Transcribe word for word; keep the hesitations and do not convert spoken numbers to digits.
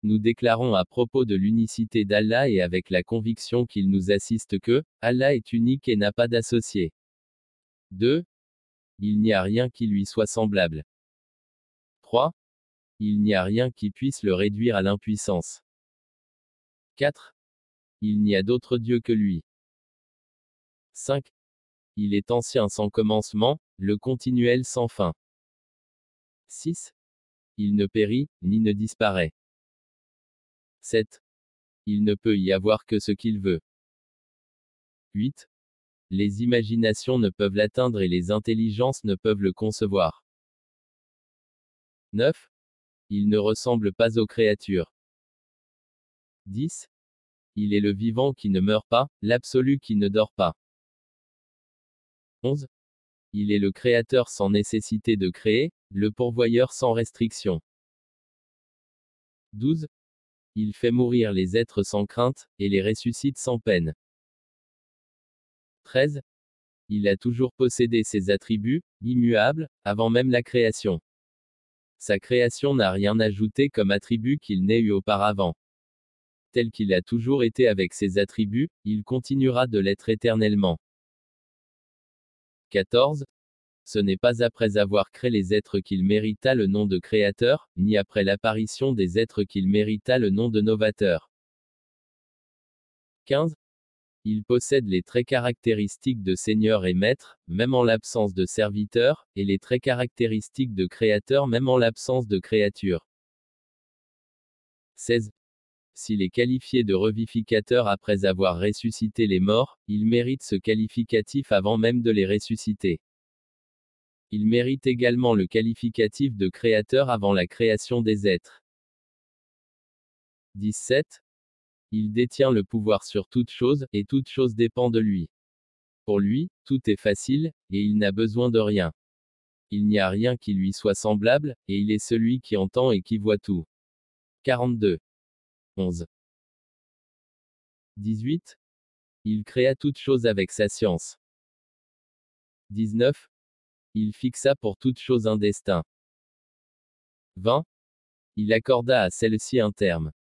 Nous déclarons à propos de l'unicité d'Allah et avec la conviction qu'il nous assiste que, Allah est unique et n'a pas d'associé. deux. Il n'y a rien qui lui soit semblable. trois. Il n'y a rien qui puisse le réduire à l'impuissance. quatre. Il n'y a d'autre Dieu que lui. cinq. Il est ancien sans commencement, le continuel sans fin. six. Il ne périt, ni ne disparaît. sept. Il ne peut y avoir que ce qu'il veut. huit. Les imaginations ne peuvent l'atteindre et les intelligences ne peuvent le concevoir. neuf. Il ne ressemble pas aux créatures. dix. Il est le vivant qui ne meurt pas, l'absolu qui ne dort pas. onze. Il est le créateur sans nécessité de créer, le pourvoyeur sans restriction. douze. Il fait mourir les êtres sans crainte, et les ressuscite sans peine. treize. Il a toujours possédé ses attributs, immuables, avant même la création. Sa création n'a rien ajouté comme attribut qu'il n'ait eu auparavant. Tel qu'il a toujours été avec ses attributs, il continuera de l'être éternellement. quatorze. Ce n'est pas après avoir créé les êtres qu'il mérita le nom de créateur, ni après l'apparition des êtres qu'il mérita le nom de novateur. quinze. Il possède les traits caractéristiques de Seigneur et Maître, même en l'absence de serviteur, et les traits caractéristiques de Créateur même en l'absence de créature. seize. S'il est qualifié de revivificateur après avoir ressuscité les morts, il mérite ce qualificatif avant même de les ressusciter. Il mérite également le qualificatif de créateur avant la création des êtres. dix-sept. Il détient le pouvoir sur toute chose, et toute chose dépend de lui. Pour lui, tout est facile, et il n'a besoin de rien. Il n'y a rien qui lui soit semblable, et il est celui qui entend et qui voit tout. quarante-deux. onze. dix-huit. Il créa toute chose avec sa science. dix-neuf. Il fixa pour toute chose un destin. vingt. Il accorda à celle-ci un terme.